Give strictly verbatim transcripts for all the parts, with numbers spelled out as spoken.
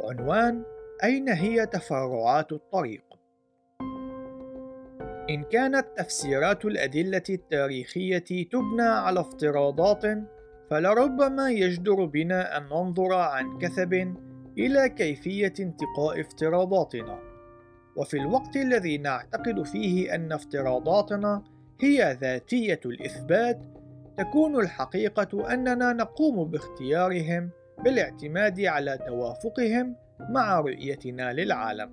عنوان: أين هي تفرعات الطريق؟ إن كانت تفسيرات الأدلة التاريخية تبنى على افتراضات، فلربما يجدر بنا أن ننظر عن كثب إلى كيفية انتقاء افتراضاتنا. وفي الوقت الذي نعتقد فيه أن افتراضاتنا هي ذاتية الإثبات، تكون الحقيقة أننا نقوم باختيارهم بالاعتماد على توافقهم مع رؤيتنا للعالم.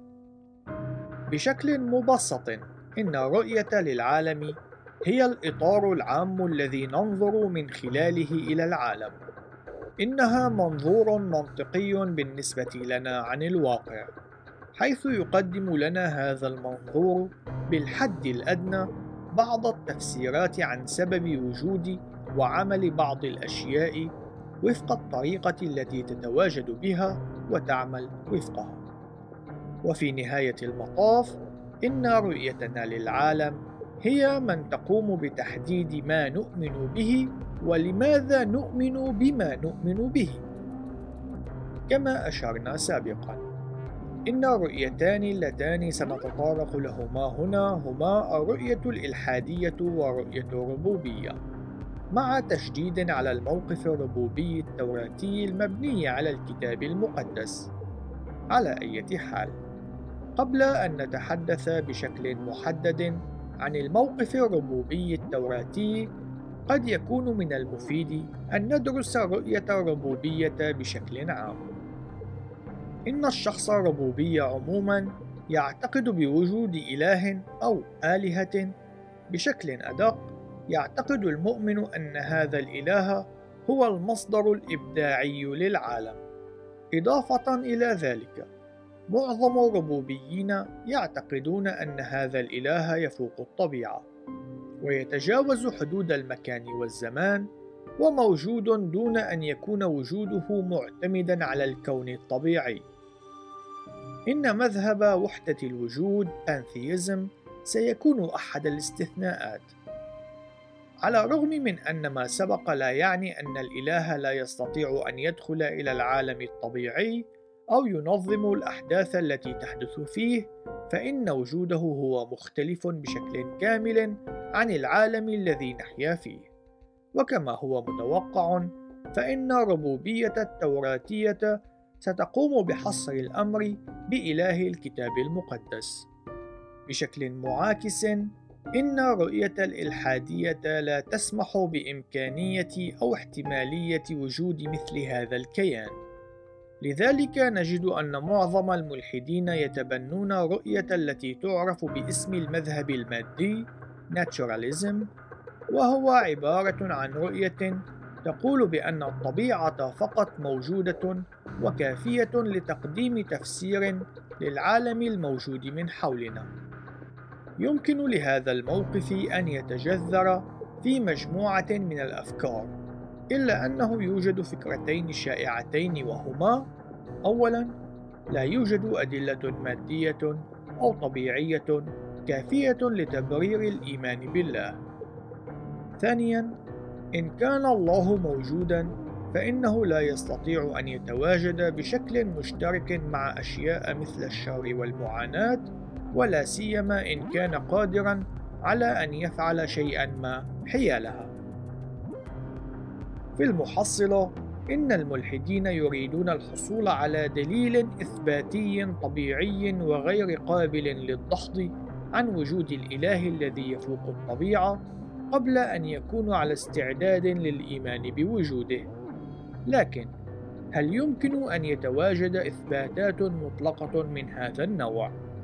بشكل مبسط، إن الرؤية للعالم هي الإطار العام الذي ننظر من خلاله إلى العالم. إنها منظور منطقي بالنسبة لنا عن الواقع، حيث يقدم لنا هذا المنظور بالحد الأدنى بعض التفسيرات عن سبب وجود وعمل بعض الأشياء وفق الطريقة التي تتواجد بها وتعمل وفقها. وفي نهاية المطاف، إن رؤيتنا للعالم هي من تقوم بتحديد ما نؤمن به ولماذا نؤمن بما نؤمن به. كما أشرنا سابقاً، إن الرؤيتان اللتان سنتطرق لهما هنا هما الرؤية الإلحادية ورؤية الربوبية، مع تشديد على الموقف الربوبي التوراتي المبني على الكتاب المقدس. على أي حال، قبل أن نتحدث بشكل محدد عن الموقف الربوبي التوراتي، قد يكون من المفيد أن ندرس الرؤية الربوبية بشكل عام. إن الشخص الربوبي عموماً يعتقد بوجود إله أو آلهة. بشكل أدق، يعتقد المؤمن أن هذا الإله هو المصدر الإبداعي للعالم. إضافة إلى ذلك، معظم الربوبيين يعتقدون أن هذا الإله يفوق الطبيعة، ويتجاوز حدود المكان والزمان، وموجود دون أن يكون وجوده معتمداً على الكون الطبيعي. إن مذهب وحدة الوجود pantheism سيكون أحد الاستثناءات. على الرغم من أن ما سبق لا يعني أن الإله لا يستطيع أن يدخل إلى العالم الطبيعي أو ينظم الأحداث التي تحدث فيه، فإن وجوده هو مختلف بشكل كامل عن العالم الذي نحيا فيه. وكما هو متوقع، فإن الربوبية التوراتية ستقوم بحصر الأمر بإله الكتاب المقدس. بشكل معاكس، إن الرؤية الإلحادية لا تسمح بإمكانية أو احتمالية وجود مثل هذا الكيان. لذلك نجد أن معظم الملحدين يتبنون الرؤية التي تعرف باسم المذهب المادي naturalism، وهو عبارة عن رؤية تقول بأن الطبيعة فقط موجودة وكافية لتقديم تفسير للعالم الموجود من حولنا. يمكن لهذا الموقف أن يتجذر في مجموعة من الأفكار، إلا أنه يوجد فكرتين شائعتين، وهما: أولاً، لا يوجد أدلة مادية أو طبيعية كافية لتبرير الإيمان بالله. ثانياً، إن كان الله موجوداً، فإنه لا يستطيع أن يتواجد بشكل مشترك مع أشياء مثل الشر والمعاناة، ولا سيما إن كان قادراً على أن يفعل شيئاً ما حيالها. في المحصلة، إن الملحدين يريدون الحصول على دليل إثباتي طبيعي وغير قابل للدحض عن وجود الإله الذي يفوق الطبيعة قبل أن يكونوا على استعداد للإيمان بوجوده. لكن هل يمكن أن يتواجد إثباتات مطلقة من هذا النوع؟